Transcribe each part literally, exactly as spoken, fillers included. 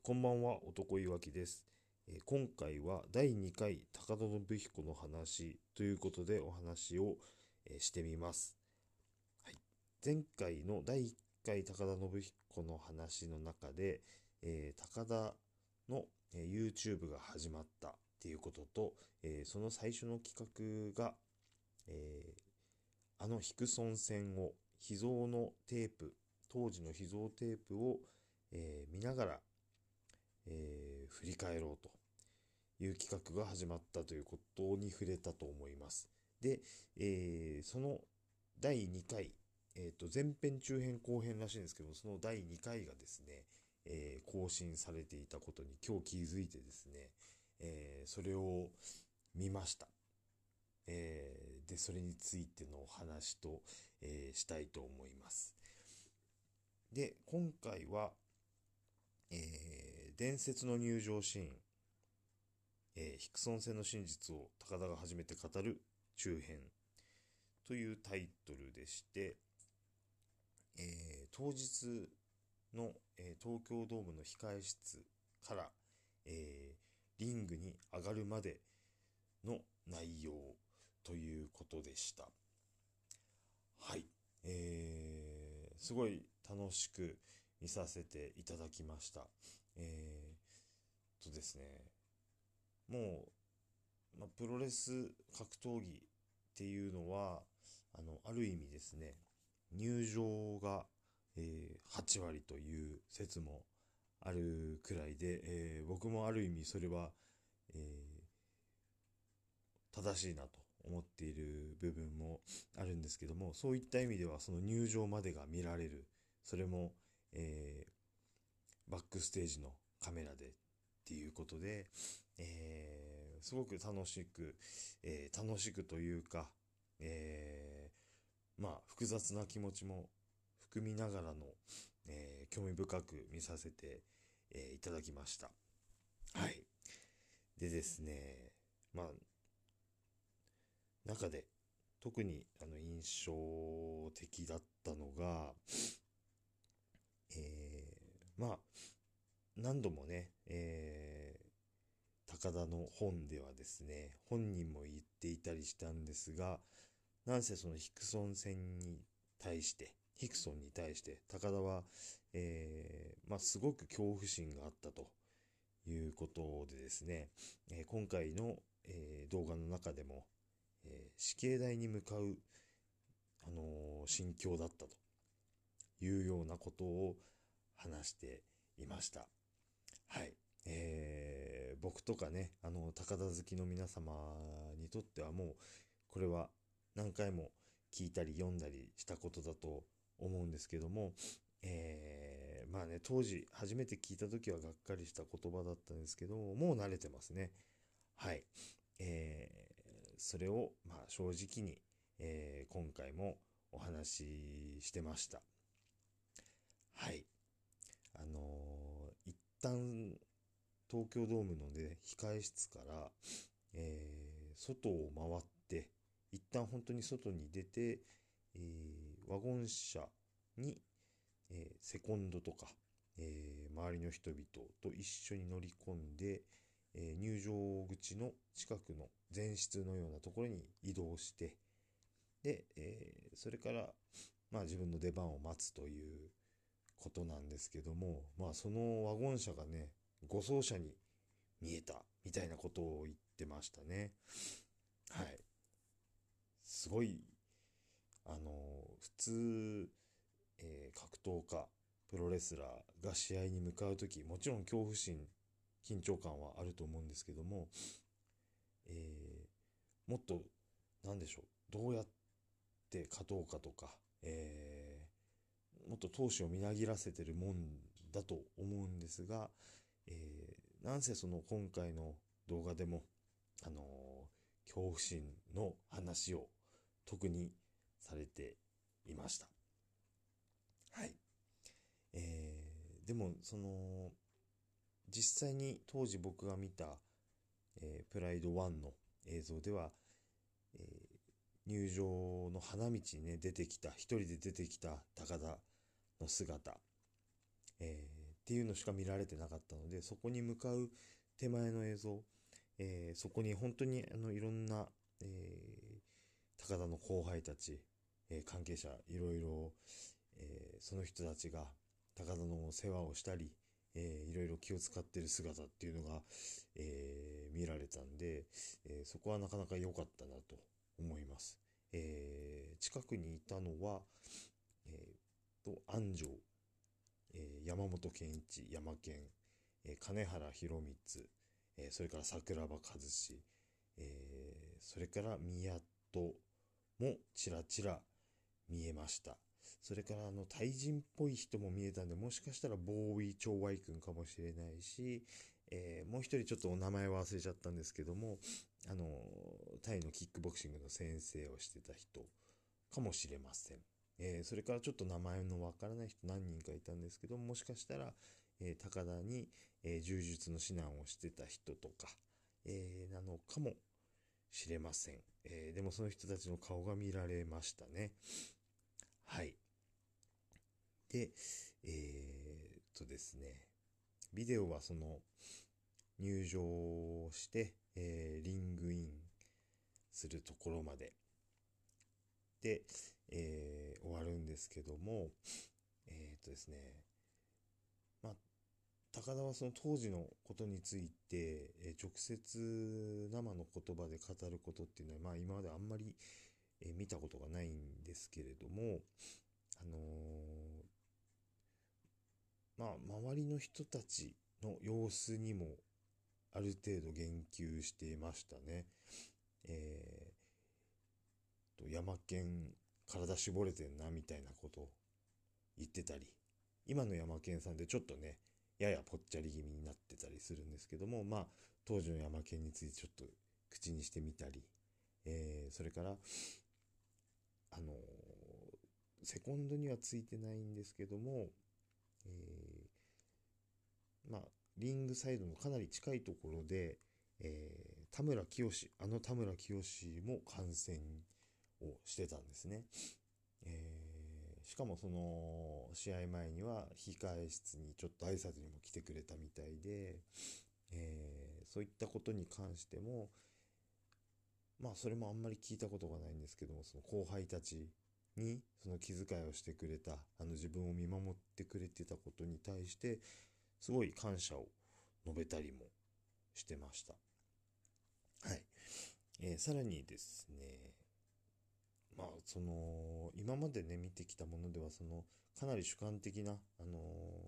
こんばんは、男いわきです。えー今回はだいにかい高田信彦の話ということでお話を、えーしてみます。はい、前回のだいいっかい高田信彦の話の中で、えー高田の、えー YouTube が始まったっていうことと、えーその最初の企画が、えーあのヒクソン線を秘蔵のテープ、当時の秘蔵テープを、えー見ながら、えー振り返ろうという企画が始まったということに触れたと思います。で、えーそのだいにかい、えーと、前編中編後編らしいんですけども、そのだいにかいがですね、えー更新されていたことに今日気づいてですね、えーそれを見ました。えーで、それについてのお話と、えーしたいと思います。で、今回は、えー伝説の入場シーン、えーヒクソン線の真実を高田が初めて語る中編というタイトルでして、えー当日の、えー東京ドームの控え室から、えーリングに上がるまでの内容ということでした。はい。えー、すごい楽しく見させていただきました。えーとですね、もう、まあ、プロレス格闘技っていうのは、あの、ある意味ですね、入場が、えーはち割という説もあるくらいで、えー僕もある意味それは、えー正しいなと思っている部分もあるんですけども、そういった意味ではその入場までが見られる、それも、えーバックステージのカメラでっていうことで、えーすごく楽しく、えー楽しくというか、えーまあ複雑な気持ちも含みながらの、えー興味深く見させて、えーいただきました。はい。でですね、まあ中で特にあの印象的だったのが、えーまあ何度もね、えー高田の本ではですね、本人も言っていたりしたんですが、なんせそのヒクソン戦に対して、ヒクソンに対して高田は、えーまあ、すごく恐怖心があったということでですね、えー今回の、えー動画の中でも、えー死刑台に向かう、あのー心境だったというようなことを話していました。はい。えー僕とかね、あの、高田好きの皆様にとってはもう、これは何回も聞いたり読んだりしたことだと思うんですけども、えーまあね、当時初めて聞いた時はがっかりした言葉だったんですけども、もう慣れてますね。はい。えーそれを、まあ正直に、えー今回もお話ししてました。はい。あのー一旦東京ドームのね、控え室から、えー外を回って、一旦本当に外に出て、えーワゴン車に、えーセコンドとか、えー周りの人々と一緒に乗り込んで、えー入場口の近くの前室のようなところに移動して、で、えーそれから、まあ自分の出番を待つということなんですけども、まあそのワゴン車がね、護送車に見えたみたいなことを言ってましたね。はい。すごい、あの、普通、えー格闘家、プロレスラーが試合に向かうとき、もちろん恐怖心、緊張感はあると思うんですけども、えーもっと、なんでしょう、どうやって勝とうかとか、えーもっと闘志をみなぎらせてるもんだと思うんですが、えーなんせその今回の動画でも、あのー恐怖心の話を特にされていました。はい。えーでも、その、実際に当時僕が見た、えープライドワンの映像では、えー入場の花道にね、出てきた、一人で出てきた高田の姿、えていうのしか見られてなかったので、そこに向かう手前の映像、えーそこに本当にあのいろんな、えー高田の後輩たち、えー関係者いろいろ、えーその人たちが高田の世話をしたり、えーいろいろ気を使ってる姿っていうのが、えー見られたんで、えーそこはなかなか良かったなと思います。えー近くにいたのは、えーと安城、えー山本健一、山健、えー金原博光、えーそれから桜庭和志、えーそれから宮戸もちらちら見えました。それからあのタイ人っぽい人も見えたんで、もしかしたらボーイ・チョーワイ君かもしれないし、えーもう一人ちょっとお名前忘れちゃったんですけども、あのタイのキックボクシングの先生をしてた人かもしれません。えーそれからちょっと名前のわからない人何人かいたんですけど、もしかしたら、えー高田に、えー柔術の指南をしてた人とか、えーなのかもしれません。えーでもその人たちの顔が見られましたね。はい。で、えーっとですね、ビデオはその入場して、えーリングインするところまでで、えー終わるんですけども、えーっとですね、まあ、高田はその当時のことについて、えー直接生の言葉で語ることっていうのは、まあ今まであんまり、えー見たことがないんですけれども、あのーまあ周りの人たちの様子にもある程度言及していましたね。えーと、山県体絞れてんなみたいなことを言ってたり、今の山県さんでちょっとね、ややぽっちゃり気味になってたりするんですけども、まあ、当時の山県についてちょっと口にしてみたり、えーそれから、あのーセコンドにはついてないんですけども、えーまあ、リングサイドのかなり近いところで、えー田村清、あの田村清も観戦をしてたんですね。えーしかもその試合前には控え室にちょっと挨拶にも来てくれたみたいで、えーそういったことに関しても、まあそれもあんまり聞いたことがないんですけども、その後輩たちにその気遣いをしてくれた、あの自分を見守ってくれてたことに対してすごい感謝を述べたりもしてました。はい。えーさらにですね、まあその今までね見てきたものでは、そのかなり主観的な、あのー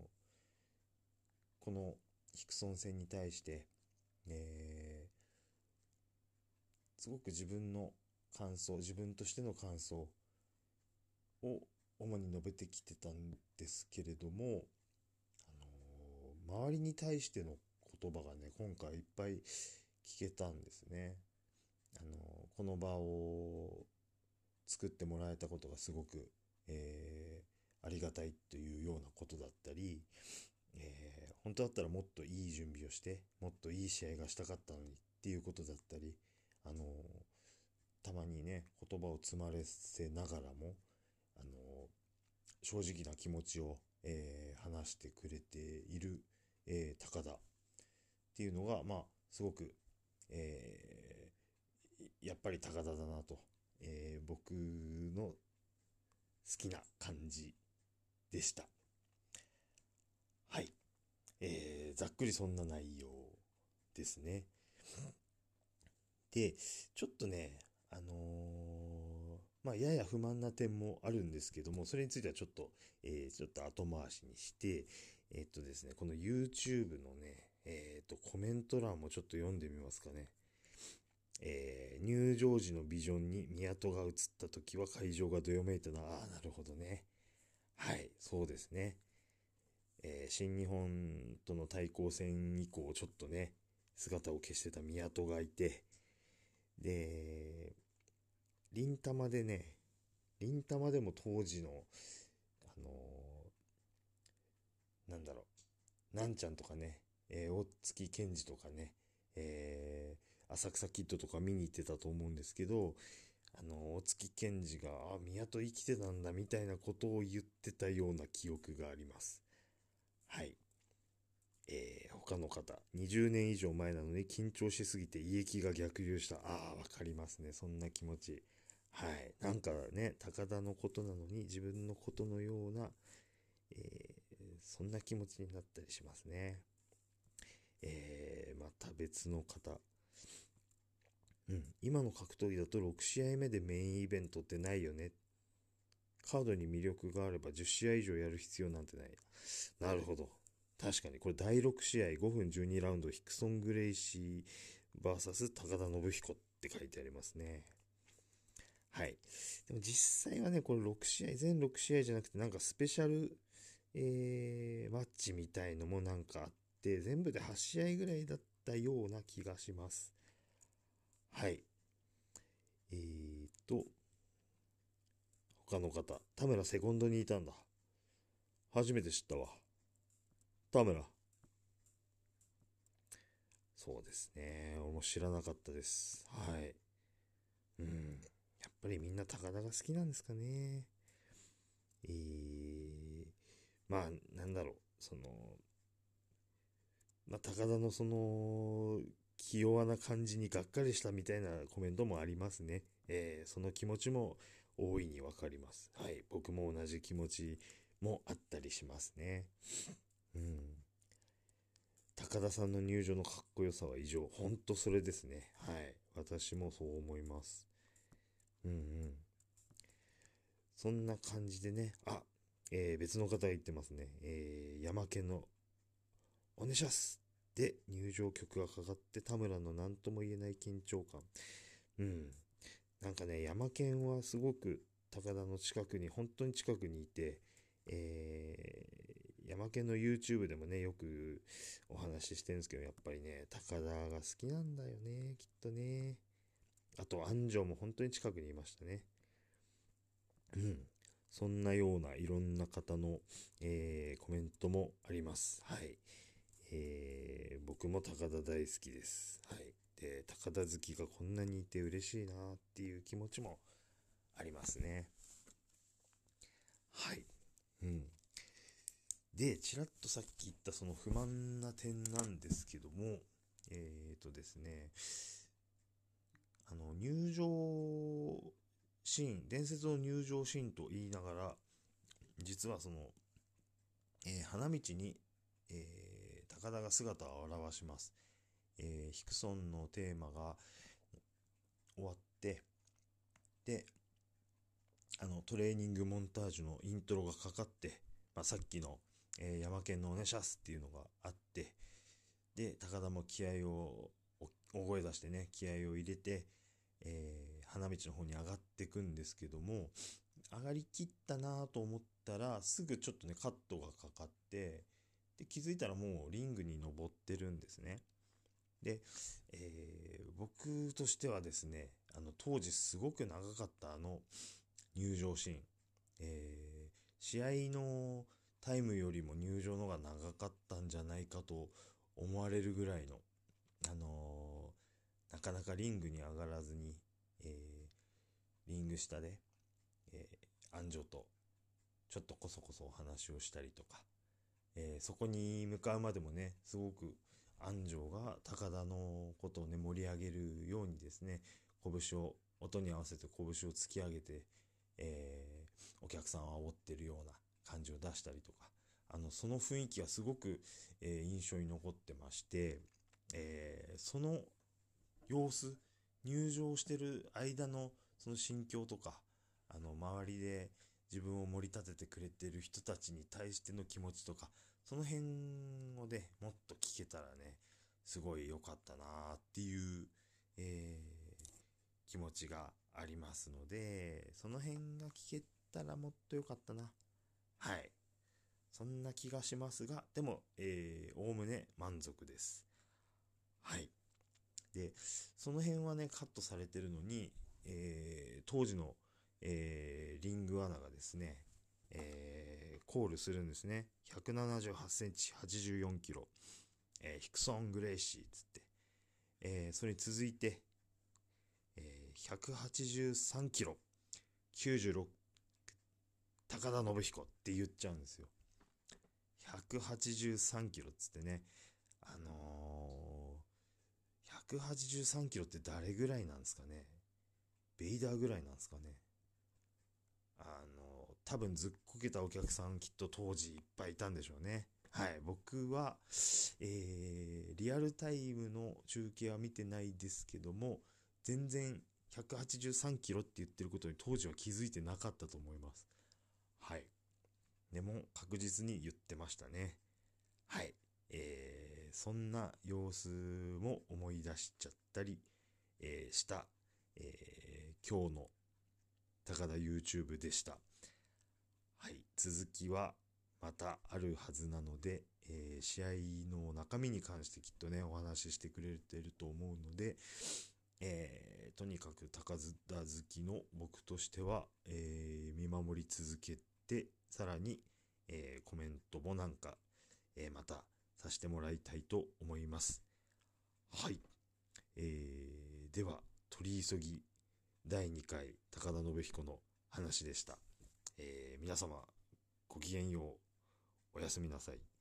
このヒクソン戦に対して、えーすごく自分の感想、自分としての感想を主に述べてきてたんですけれども、あのー周りに対しての言葉がね、今回いっぱい聞けたんですね。あのーこの場を作ってもらえたことがすごく、えーありがたいというようなことだったり、えー本当だったらもっといい準備をして、もっといい試合がしたかったのにっていうことだったり、あのーたまにね、言葉を詰まらせながらも、あのー正直な気持ちを、えー話してくれている、えー高田っていうのが、まあ、すごく、えーやっぱり高田だなと、えー僕の好きな感じでした。はい。えーざっくりそんな内容ですね。で、ちょっとね、あのーまあ、やや不満な点もあるんですけども、それについてはちょっと、えーちょっと後回しにして、えっとですね、この YouTube のね、えっと、コメント欄もちょっと読んでみますかね。えー入場時のビジョンに宮戸が映った時は会場がどよめいたな。ああ、なるほどね。はい、そうですね。えー新日本との対抗戦以降、ちょっとね、姿を消してた宮戸がいて、で、リンタマでね、リンタマでも当時の、あのーなんだろう、なんちゃんとかね、えー、大月健二とかね、えー、浅草キッドとか見に行ってたと思うんですけど、あのー、大月健二が、あ、宮戸生きてたんだみたいなことを言ってたような記憶があります。はい。 他の方、にじゅうねん以上前なのに緊張しすぎて胃液が逆流した。ああ、わかりますね。そんな気持ち。はい。なんかね、高田のことなのに自分のことのような、えーそんな気持ちになったりしますね。えーまた別の方。うん。今の格闘技だとろく試合目でメインイベントってないよね。カードに魅力があればじゅっ試合以上やる必要なんてない。なるほど。確かに、これだいろく試合ごふんじゅうにラウンドヒクソン・グレイシー ブイエス 高田信彦って書いてありますね。はい。でも実際はね、これろく試合、全ろく試合じゃなくてなんかスペシャル、えー、マッチみたいのもなんかあって、全部ではち試合ぐらいだったような気がします。はい。えーと、他の方、田村セコンドにいたんだ。初めて知ったわ。田村。そうですね。俺も知らなかったです。はい。うん。やっぱりみんな高田が好きなんですかね。えー、まあ、なんだろう。その、まあ、高田のその、気弱な感じにがっかりしたみたいなコメントもありますね。えー、その気持ちも大いにわかります。はい。僕も同じ気持ちもあったりしますね。うん。高田さんの入場のかっこよさは異常。ほんとそれですね。はい。私もそう思います。うんうん。そんな感じでね。あ、えー別の方が言ってますね。えー、山県のおねしゃすで入場曲がかかって田村の何とも言えない緊張感。うん。なんかね、山県はすごく高田の近くに、本当に近くにいて、えー、山県の YouTube でもね、よくお話ししてるんですけど、やっぱりね、高田が好きなんだよね、きっとね。あと、安城も本当に近くにいましたね。うん。そんなようないろんな方の、えーコメントもあります。はい。えー僕も高田大好きです。はい。で、高田好きがこんなにいて嬉しいなっていう気持ちもありますね。はい。うん。で、ちらっとさっき言ったその不満な点なんですけども、えーとですね、あの、入場シーン、伝説の入場シーンと言いながら、実はその、えー花道に、えー高田が姿を現します。えーヒクソンのテーマが終わって、で、あの、トレーニングモンタージュのイントロがかかって、まあ、さっきの、えー、山県のおねしゃすっていうのがあって、で、高田も気合を、大声出してね、気合を入れて、えー花道の方に上がっていくんですけども、上がりきったなと思ったら、すぐちょっとね、カットがかかって、で、気づいたらもうリングに登ってるんですね。で、えー僕としてはですね、あの、当時すごく長かったあの入場シーン、えー試合のタイムよりも入場のが長かったんじゃないかと思われるぐらいの、あのーなかなかリングに上がらずに、えーリング下で、えー、安城とちょっとこそこそお話をしたりとか、えーそこに向かうまでもね、すごく安城が高田のことをね、盛り上げるようにですね、拳を、音に合わせて拳を突き上げて、えーお客さんを煽ってるような感じを出したりとか、あの、その雰囲気がすごく、えー印象に残ってまして、えーその様子、入場してる間のその心境とか、あの、周りで自分を盛り立ててくれてる人たちに対しての気持ちとか、その辺をね、もっと聞けたらね、すごい良かったなーっていう、えー気持ちがありますので、その辺が聞けたらもっと良かったな。はい。そんな気がしますが、でも、えー、おおむね満足です。はい。で、その辺はね、カットされてるのに、えー当時の、えーリングアナがですね、えーコールするんですね。ひゃくななじゅうはちセンチ、はちじゅうよんキロ、えーヒクソン・グレイシーつって、えーそれに続いて、えーひゃくはちじゅうさんキロ、きゅうじゅうろく、高田信彦って言っちゃうんですよ。ひゃくはちじゅうさんキロっつってね、 あのー、ひゃくはちじゅうさんキロって誰ぐらいなんですかね。ベイダーぐらいなんですかね。あのー、多分ずっこけたお客さんきっと当時いっぱいいたんでしょうね。はい。僕は、えー、リアルタイムの中継は見てないですけども、全然ひゃくはちじゅうさんキロって言ってることに当時は気づいてなかったと思います。はい。でも確実に言ってましたね。はい。えー、そんな様子も思い出しちゃったり、えーした、えー今日の高田 YouTube でした。はい。続きはまたあるはずなので、えー試合の中身に関してきっとね、お話ししてくれてると思うので、えーとにかく高田好きの僕としては、えー見守り続けて、さらに、えーコメントもなんか、えーまたさせてもらいたいと思います。はい。えーでは、取り急ぎだいにかい高田信彦の話でした。えー皆様、ごきげんよう。おやすみなさい。